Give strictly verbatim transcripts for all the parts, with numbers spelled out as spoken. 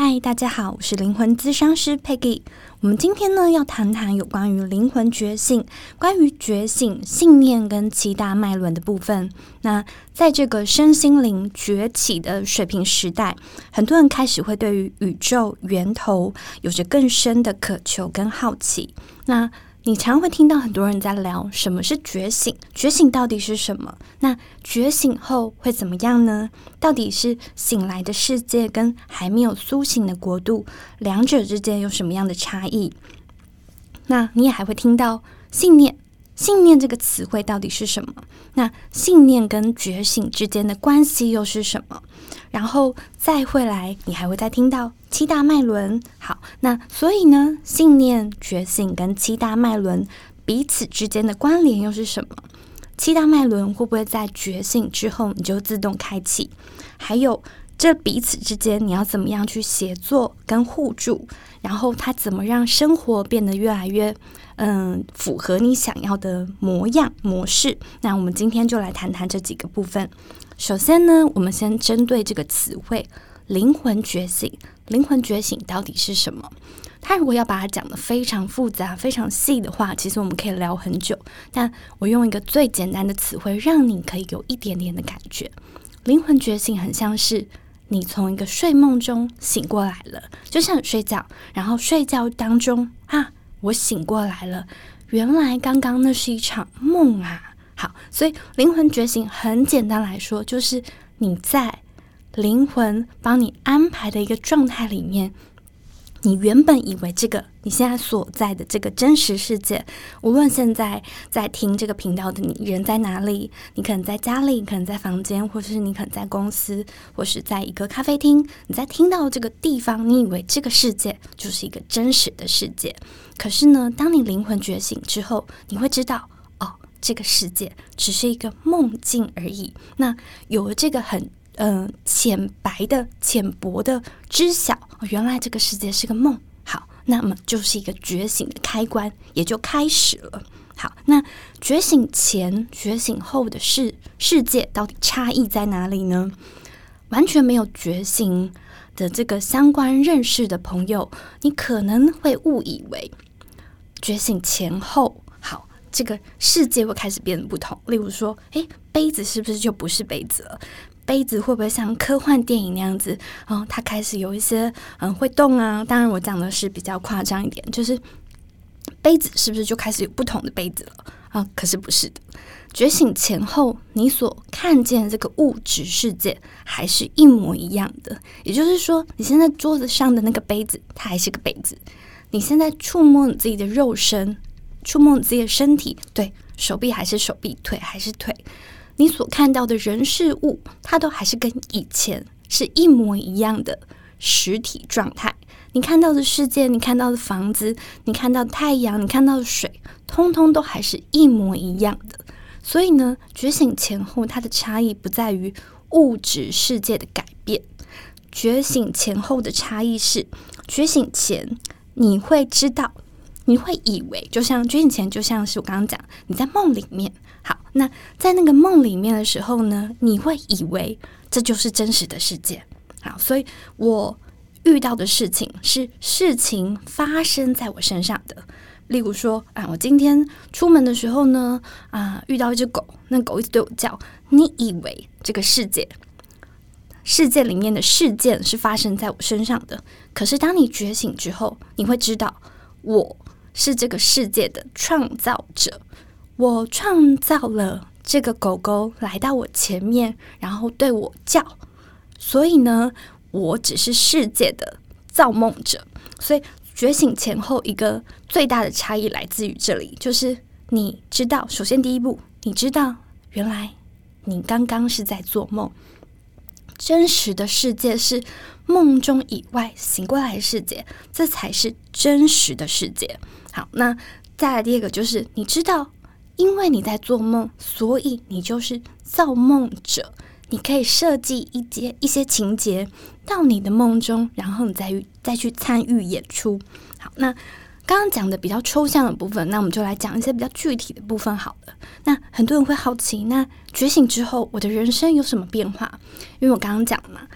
嗨，大家好，我是灵魂咨商师 Peggy。我们今天呢要谈谈有关于灵魂觉醒、关于觉醒、信念跟七大脉轮的部分。那在这个身心灵崛起的水平时代，很多人开始会对于宇宙源头有着更深的渴求跟好奇。那你常会听到很多人在聊什么是觉醒，觉醒到底是什么？那觉醒后会怎么样呢？到底是醒来的世界跟还没有苏醒的国度，两者之间有什么样的差异？那你也还会听到信念，信念这个词汇到底是什么？那信念跟觉醒之间的关系又是什么？然后再会来，你还会再听到七大脉轮。好，那所以呢，信念、觉醒跟七大脉轮彼此之间的关联又是什么？七大脉轮会不会在觉醒之后你就自动开启？还有这彼此之间你要怎么样去协作跟互助？然后它怎么让生活变得越来越嗯符合你想要的模样模式？那我们今天就来谈谈这几个部分。首先呢，我们先针对这个词汇灵魂觉醒，灵魂觉醒到底是什么？它如果要把它讲得非常复杂非常细的话，其实我们可以聊很久，但我用一个最简单的词汇让你可以有一点点的感觉。灵魂觉醒很像是你从一个睡梦中醒过来了，就像你睡觉，然后睡觉当中啊，我醒过来了，原来刚刚那是一场梦啊。好，所以灵魂觉醒很简单来说，就是你在灵魂帮你安排的一个状态里面，你原本以为这个你现在所在的这个真实世界，无论现在在听这个频道的你人在哪里，你可能在家里，可能在房间，或是你可能在公司，或是在一个咖啡厅，你在听到这个地方，你以为这个世界就是一个真实的世界。可是呢，当你灵魂觉醒之后，你会知道哦，这个世界只是一个梦境而已。那有了这个很呃浅白的浅薄的知晓，哦，原来这个世界是个梦。好，那么就是一个觉醒的开关，也就开始了。好，那觉醒前觉醒后的世世界到底差异在哪里呢？完全没有觉醒的这个相关认识的朋友，你可能会误以为觉醒前后，好，这个世界会开始变得不同。例如说，诶，杯子是不是就不是杯子了？杯子会不会像科幻电影那样子，哦，它开始有一些嗯会动啊？当然，我讲的是比较夸张一点，就是杯子是不是就开始有不同的杯子了啊？可是不是的，觉醒前后，你所看见的这个物质世界还是一模一样的。也就是说，你现在桌子上的那个杯子，它还是个杯子；你现在触摸你自己的肉身，触摸你自己的身体，对，手臂还是手臂，腿还是腿。你所看到的人事物，它都还是跟以前是一模一样的实体状态。你看到的世界，你看到的房子，你看到的太阳，你看到的水，通通都还是一模一样的。所以呢，觉醒前后它的差异不在于物质世界的改变，觉醒前后的差异是，觉醒前你会知道，你会以为，就像觉醒前就像是我刚刚讲，你在梦里面。好，那在那个梦里面的时候呢，你会以为这就是真实的世界。好，所以我遇到的事情是事情发生在我身上的。例如说啊，我今天出门的时候呢，啊，遇到一只狗，那狗一直对我叫。你以为这个世界世界里面的事件是发生在我身上的，可是当你觉醒之后，你会知道我是这个世界的创造者。我创造了这个狗狗来到我前面，然后对我叫，所以呢，我只是世界的造梦者。所以觉醒前后一个最大的差异来自于这里，就是你知道，首先第一步，你知道原来你刚刚是在做梦，真实的世界是梦中以外醒过来的世界，这才是真实的世界。好，那再来第二个就是你知道，因为你在做梦，所以你就是造梦者。你可以设计一些一些情节到你的梦中，然后你再再去参与演出。好，那刚刚讲的比较抽象的部分，那我们就来讲一些比较具体的部分好了。那很多人会好奇，那觉醒之后我的人生有什么变化？因为我刚刚讲嘛，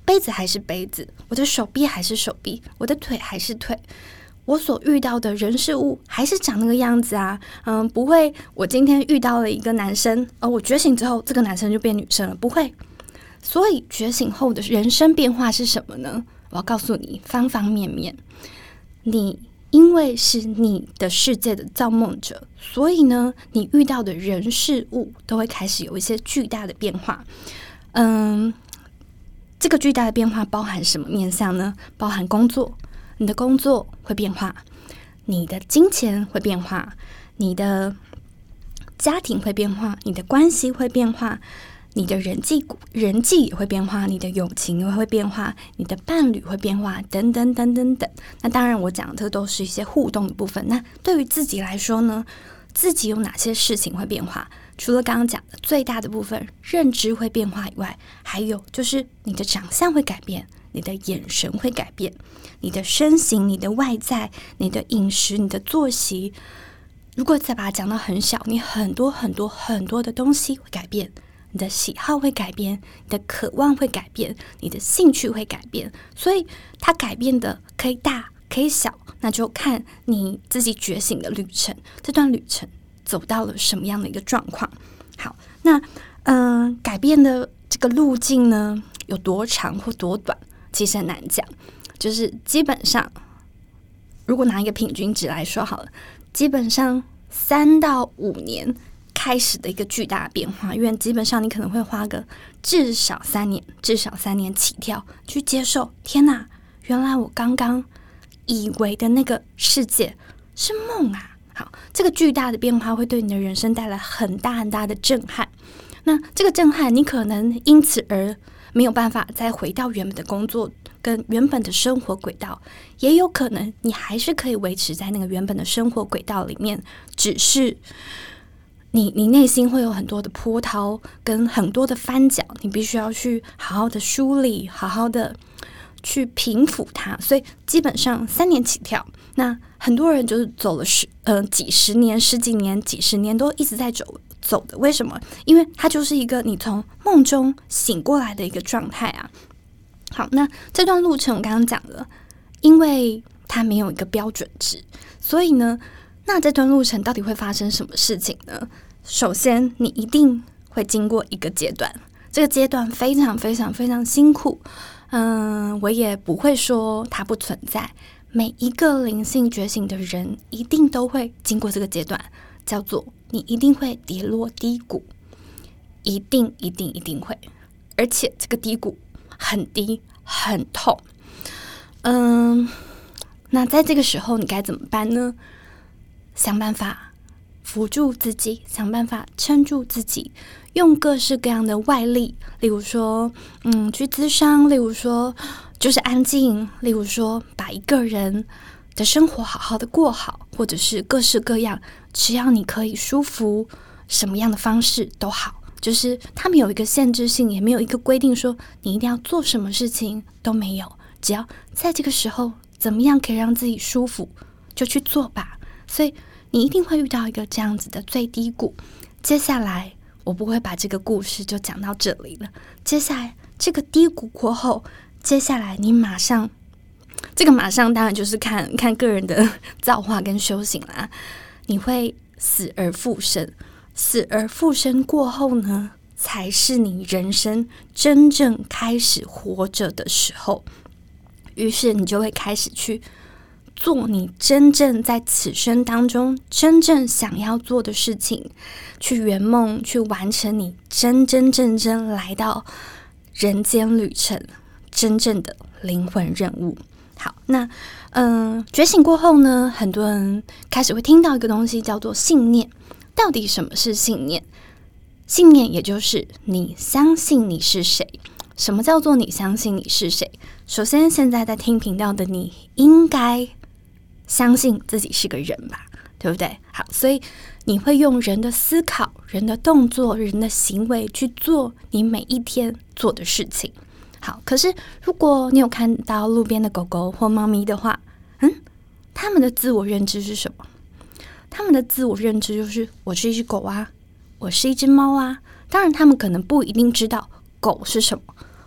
杯子还是杯子，我的手臂还是手臂，我的腿还是腿，我所遇到的人事物还是长那个样子啊。嗯，不会，我今天遇到了一个男生，而我觉醒之后，这个男生就变女生了，不会。所以觉醒后的人生变化是什么呢？我要告诉你，方方面面。你因为是你的世界的造梦者，所以呢，你遇到的人事物都会开始有一些巨大的变化。嗯，这个巨大的变化包含什么面向呢？包含工作，你的工作会变化，你的金钱会变化，你的家庭会变化，你的关系会变化，你的人际人际也会变化，你的友情也会变化，你的伴侣会变化，等等等等等。那当然我讲的都是一些互动的部分。那对于自己来说呢，自己有哪些事情会变化？除了刚刚讲的最大的部分认知会变化以外，还有就是你的长相会改变，你的眼神会改变，你的身形，你的外在，你的饮食，你的作息。如果再把它讲到很小，你很多很多很多的东西会改变，你的喜好会改变，你的渴望会改变，你的兴趣会改变。所以它改变的可以大可以小，那就看你自己觉醒的旅程，这段旅程走到了什么样的一个状况。好，那嗯、呃，改变的这个路径呢，有多长或多短，其实很难讲。就是基本上，如果拿一个平均值来说好了，基本上三到五年开始的一个巨大的变化，因为基本上你可能会花个至少三年，至少三年起跳去接受。天哪，原来我刚刚以为的那个世界是梦啊！好，这个巨大的变化会对你的人生带来很大很大的震撼。那这个震撼，你可能因此而没有办法再回到原本的工作跟原本的生活轨道，也有可能你还是可以维持在那个原本的生活轨道里面，只是你你内心会有很多的波涛跟很多的翻搅，你必须要去好好的梳理，好好的去平复它。所以基本上三年起跳。那很多人就是走了十呃几十年、十几年、几十年都一直在走走的。为什么？因为它就是一个你从梦中醒过来的一个状态啊。好，那这段路程我刚刚讲了，因为它没有一个标准值，所以呢，那这段路程到底会发生什么事情呢？首先，你一定会经过一个阶段，这个阶段非常非常非常辛苦。嗯，我也不会说它不存在。每一个灵性觉醒的人一定都会经过这个阶段，叫做你一定会跌落低谷，一定一定一定会，而且这个低谷很低很痛。嗯，那在这个时候你该怎么办呢？想办法扶住自己，想办法撑住自己，用各式各样的外力，例如说嗯，去咨商，例如说就是安静，例如说把一个人的生活好好的过好，或者是各式各样，只要你可以舒服，什么样的方式都好。就是他们有一个限制性，也没有一个规定说你一定要做什么事情，都没有。只要在这个时候怎么样可以让自己舒服，就去做吧。所以你一定会遇到一个这样子的最低谷。接下来我不会把这个故事就讲到这里了。接下来这个低谷过后，接下来你马上，这个马上当然就是看看个人的造化跟修行啦。你会死而复生，死而复生过后呢，才是你人生真正开始活着的时候。于是你就会开始去做你真正在此生当中真正想要做的事情，去圆梦，去完成你真真正正来到人间旅程真正的灵魂任务。好，那嗯、呃，觉醒过后呢，很多人开始会听到一个东西叫做信念。到底什么是信念？信念也就是你相信你是谁。什么叫做你相信你是谁？首先，现在在听频道的你应该相信自己是个人吧，对不对？好，所以你会用人的思考、人的动作、人的行为去做你每一天做的事情。好，可是如果你有看到路边的狗狗或猫咪的话，嗯，他们的自我认知是什么？他们的自我认知就是我是一只狗啊，我是一只猫啊。当然他们可能不一定知道狗是什么，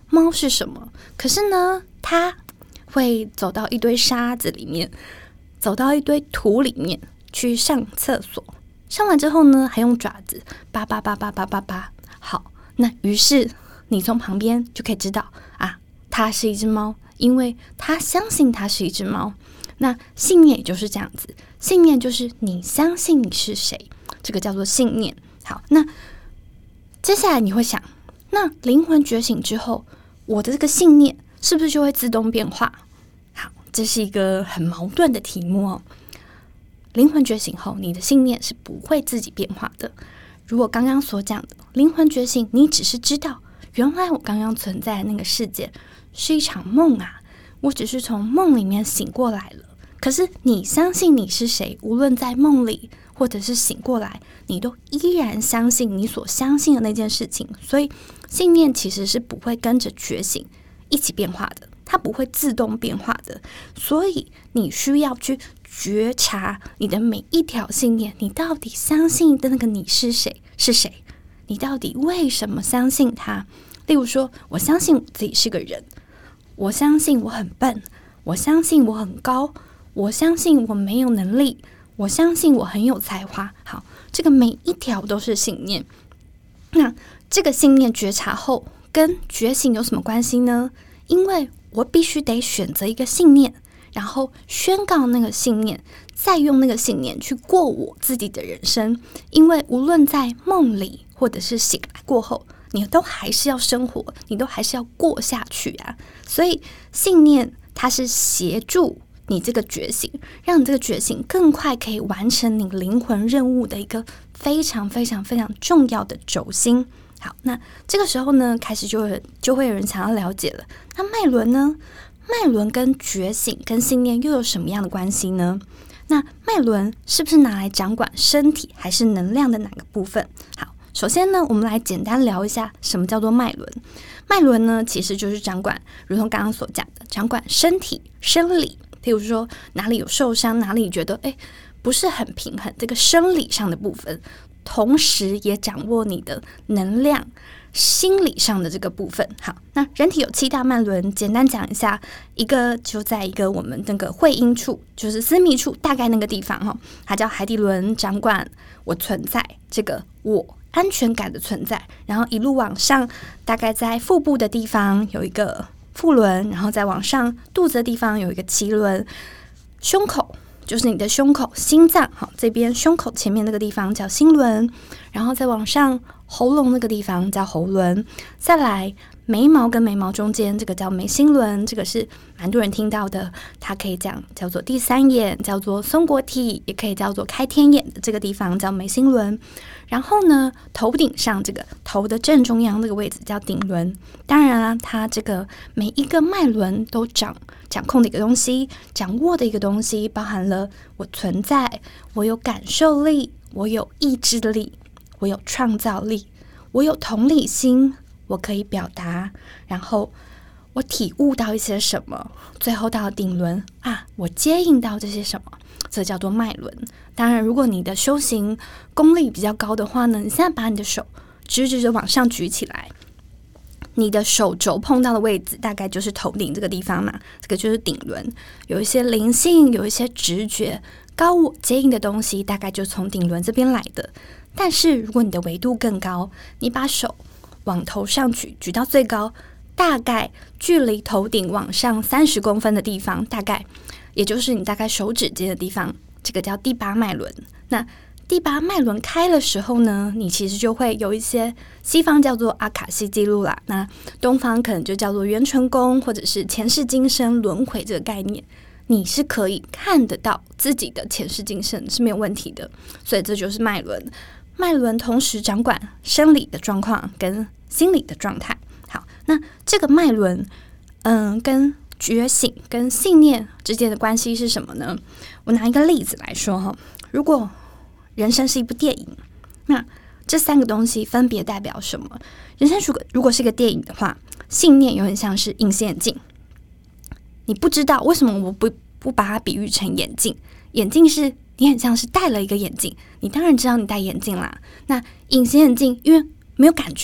猫是什么，可是呢它会走到一堆沙子里面，走到一堆土里面去上厕所，上完之后呢还用爪子叭叭叭叭叭叭叭。好，那于是你从旁边就可以知道啊，它是一只猫，因为它相信它是一只猫。那信念也就是这样子，信念就是你相信你是谁，这个叫做信念。好，那接下来你会想，那灵魂觉醒之后，我的这个信念是不是就会自动变化？好，这是一个很矛盾的题目哦。灵魂觉醒后，你的信念是不会自己变化的。如果刚刚所讲的灵魂觉醒，你只是知道原来我刚刚存在的那个世界是一场梦啊，我只是从梦里面醒过来了。可是你相信你是谁，无论在梦里或者是醒过来，你都依然相信你所相信的那件事情。所以信念其实是不会跟着觉醒一起变化的，它不会自动变化的。所以你需要去觉察你的每一条信念，你到底相信的那个你是谁？是谁？你到底为什么相信它？例如说，我相信我自己是个人，我相信我很笨，我相信我很高，我相信我没有能力，我相信我很有才华。好，这个每一条都是信念。那这个信念觉察后跟觉醒有什么关系呢？因为我必须得选择一个信念，然后宣告那个信念，再用那个信念去过我自己的人生。因为无论在梦里或者是醒来过后，你都还是要生活，你都还是要过下去啊。所以信念它是协助你这个觉醒，让你这个觉醒更快可以完成你灵魂任务的一个非常非常非常重要的轴心。好，那这个时候呢，开始就会就会有人想要了解了，那脉轮呢？脉轮跟觉醒跟信念又有什么样的关系呢？那脉轮是不是拿来掌管身体还是能量的哪个部分？好，首先呢，我们来简单聊一下什么叫做脉轮。脉轮呢，其实就是掌管，如同刚刚所讲的，掌管身体生理，譬如说哪里有受伤，哪里觉得哎不是很平衡，这个生理上的部分，同时也掌握你的能量心理上的这个部分。好，那人体有七大脉轮，简单讲一下，一个就在一个我们那个会阴处，就是私密处，大概那个地方哈，它叫海底轮，掌管我存在这个我安全感的存在。然后一路往上，大概在腹部的地方有一个腹轮，然后再往上肚子的地方有一个脐轮，胸口就是你的胸口心脏，好，这边胸口前面那个地方叫心轮，然后再往上喉咙那个地方叫喉轮，再来眉毛跟眉毛中间这个叫眉心轮，这个是蛮多人听到的，它可以讲叫做第三眼，叫做松果体，也可以叫做开天眼的这个地方叫眉心轮。然后呢，头顶上这个头的正中央这个位置叫顶轮。当然啊，它这个每一个脉轮都掌掌控的一个东西，掌握的一个东西，包含了我存在，我有感受力，我有意志力，我有创造力，我有同理心，我可以表达，然后我体悟到一些什么，最后到顶轮啊，我接应到这些什么，这叫做脉轮。当然，如果你的修行功力比较高的话呢，你现在把你的手直直的往上举起来，你的手肘碰到的位置大概就是头顶这个地方嘛，这个就是顶轮。有一些灵性，有一些直觉，高我接应的东西大概就从顶轮这边来的。但是如果你的维度更高，你把手往头上举，举到最高，大概距离头顶往上三十公分的地方，大概也就是你大概手指尖的地方，这个叫第八脉轮。那第八脉轮开的时候呢，你其实就会有一些西方叫做阿卡西记录啦，那东方可能就叫做元辰宫，或者是前世今生轮回这个概念。你是可以看得到自己的前世今生是没有问题的，所以这就是脉轮。脉轮同时掌管生理的状况跟心理的状态。好，那这个脉轮嗯，跟觉醒跟信念之间的关系是什么呢？我拿一个例子来说哈，如果人生是一部电影，那这三个东西分别代表什么？人生如果如果是一个电影的话，信念有点像是隐形眼镜，你不知道为什么我不不把它比喻成眼镜，眼镜是你很像是戴了一个眼镜，你当然知道你戴眼镜啦。那隐形眼镜因为没有感觉，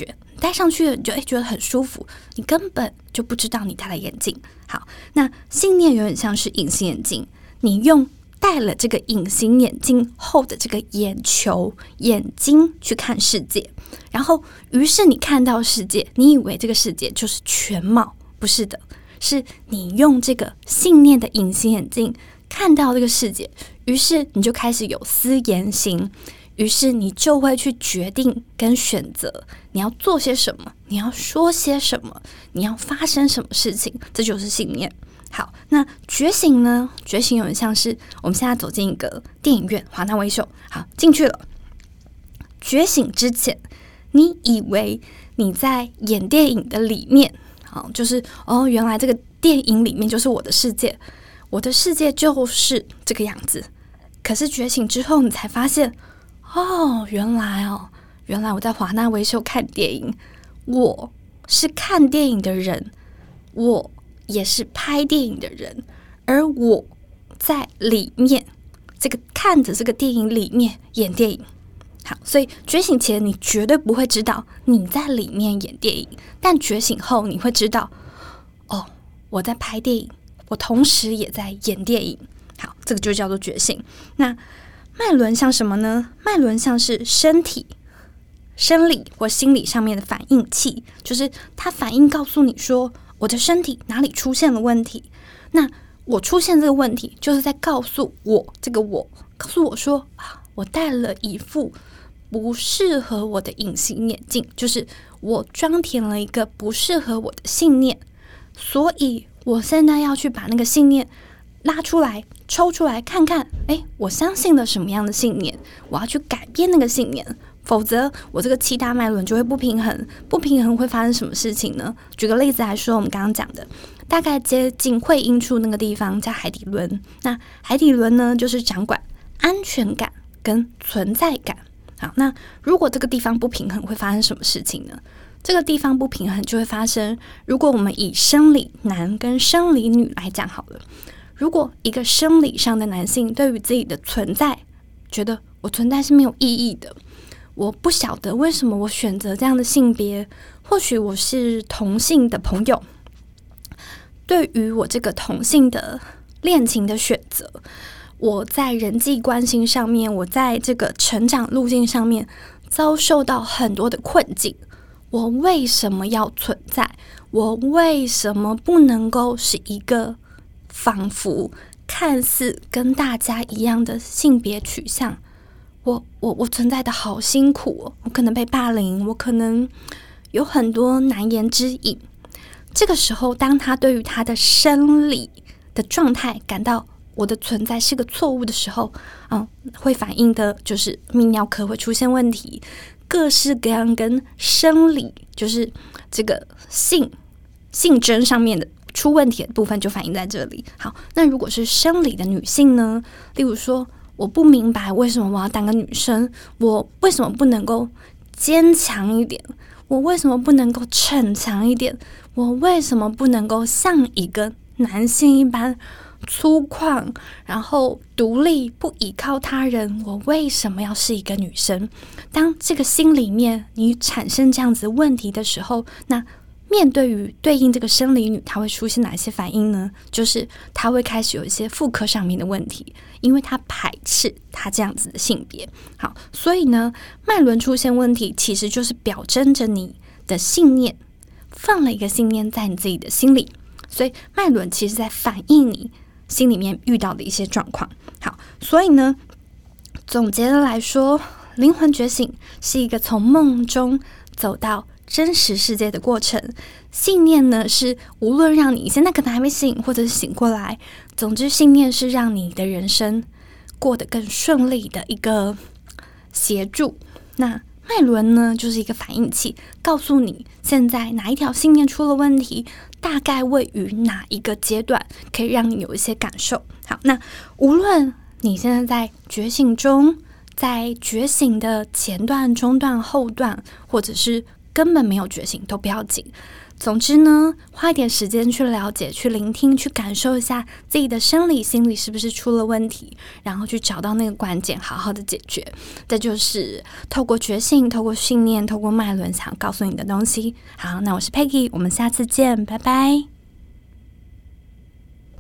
戴上去了，你就哎觉得很舒服，你根本就不知道你戴了眼镜。好，那信念有点像是隐形眼镜，你用戴了这个隐形眼镜后的这个眼球眼睛去看世界，然后于是你看到世界，你以为这个世界就是全貌，不是的，是你用这个信念的隐形眼镜看到这个世界，于是你就开始有思言行，于是你就会去决定跟选择你要做些什么，你要说些什么，你要发生什么事情，这就是信念。好，那觉醒呢？觉醒有点像是我们现在走进一个电影院，华纳威秀，好，进去了。觉醒之前，你以为你在演电影的里面，好，就是哦，原来这个电影里面就是我的世界，我的世界就是这个样子。可是觉醒之后，你才发现，哦，原来哦，原来我在华纳威秀看电影，我是看电影的人，我也是拍电影的人，而我在里面这个看着这个电影里面演电影。好，所以觉醒前你绝对不会知道你在里面演电影，但觉醒后你会知道，哦，我在拍电影，我同时也在演电影。好，这个就叫做觉醒。那脉轮像什么呢？脉轮像是身体、生理或心理上面的反应器，就是它反应告诉你说我的身体哪里出现了问题，那我出现这个问题就是在告诉我，这个我告诉我说啊，我戴了一副不适合我的隐形眼镜，就是我装填了一个不适合我的信念，所以我现在要去把那个信念拉出来抽出来看看，诶，我相信了什么样的信念，我要去改变那个信念，否则我这个七大脉轮就会不平衡，不平衡会发生什么事情呢？举个例子来说，我们刚刚讲的大概接近会阴处那个地方叫海底轮，那海底轮呢就是掌管安全感跟存在感。好，那如果这个地方不平衡会发生什么事情呢？这个地方不平衡就会发生，如果我们以生理男跟生理女来讲好了，如果一个生理上的男性对于自己的存在觉得我存在是没有意义的，我不晓得为什么我选择这样的性别，或许我是同性的朋友，对于我这个同性的恋情的选择，我在人际关系上面，我在这个成长路径上面遭受到很多的困境，我为什么要存在？我为什么不能够是一个仿佛看似跟大家一样的性别取向？我我我存在的好辛苦哦，我可能被霸凌，我可能有很多难言之隐。这个时候，当他对于他的生理的状态感到我的存在是个错误的时候，嗯，会反映的就是泌尿科会出现问题，各式各样跟生理，就是这个性性征上面的出问题的部分就反映在这里。好，那如果是生理的女性呢？例如说，我不明白为什么我要当个女生，我为什么不能够坚强一点？我为什么不能够逞强一点？我为什么不能够像一个男性一般粗犷，然后独立，不依靠他人？我为什么要是一个女生？当这个心里面你产生这样子问题的时候，那面对于对应这个生理女，她会出现哪些反应呢？就是她会开始有一些妇科上面的问题，因为她排斥她这样子的性别。好，所以呢，脉轮出现问题，其实就是表征着你的信念，放了一个信念在你自己的心里，所以脉轮其实在反映你心里面遇到的一些状况。好，所以呢，总结的来说，灵魂觉醒是一个从梦中走到真实世界的过程。信念呢，是无论让你现在可能还没醒，或者是醒过来，总之信念是让你的人生过得更顺利的一个协助。那脉轮呢，就是一个反应器，告诉你现在哪一条信念出了问题，大概位于哪一个阶段，可以让你有一些感受。好，那无论你现在在觉醒中，在觉醒的前段、中段、后段，或者是根本没有觉醒都不要紧， 总之呢，花一点时间去了解、去聆听、去感受一下自己的生理、心理是不是出了问题，然后去找到那个关键，好好的解决。这就是透过觉醒、透过信念、透过脉轮想告诉你的东西。好，那我是 Peggy， 我们下次见，拜拜。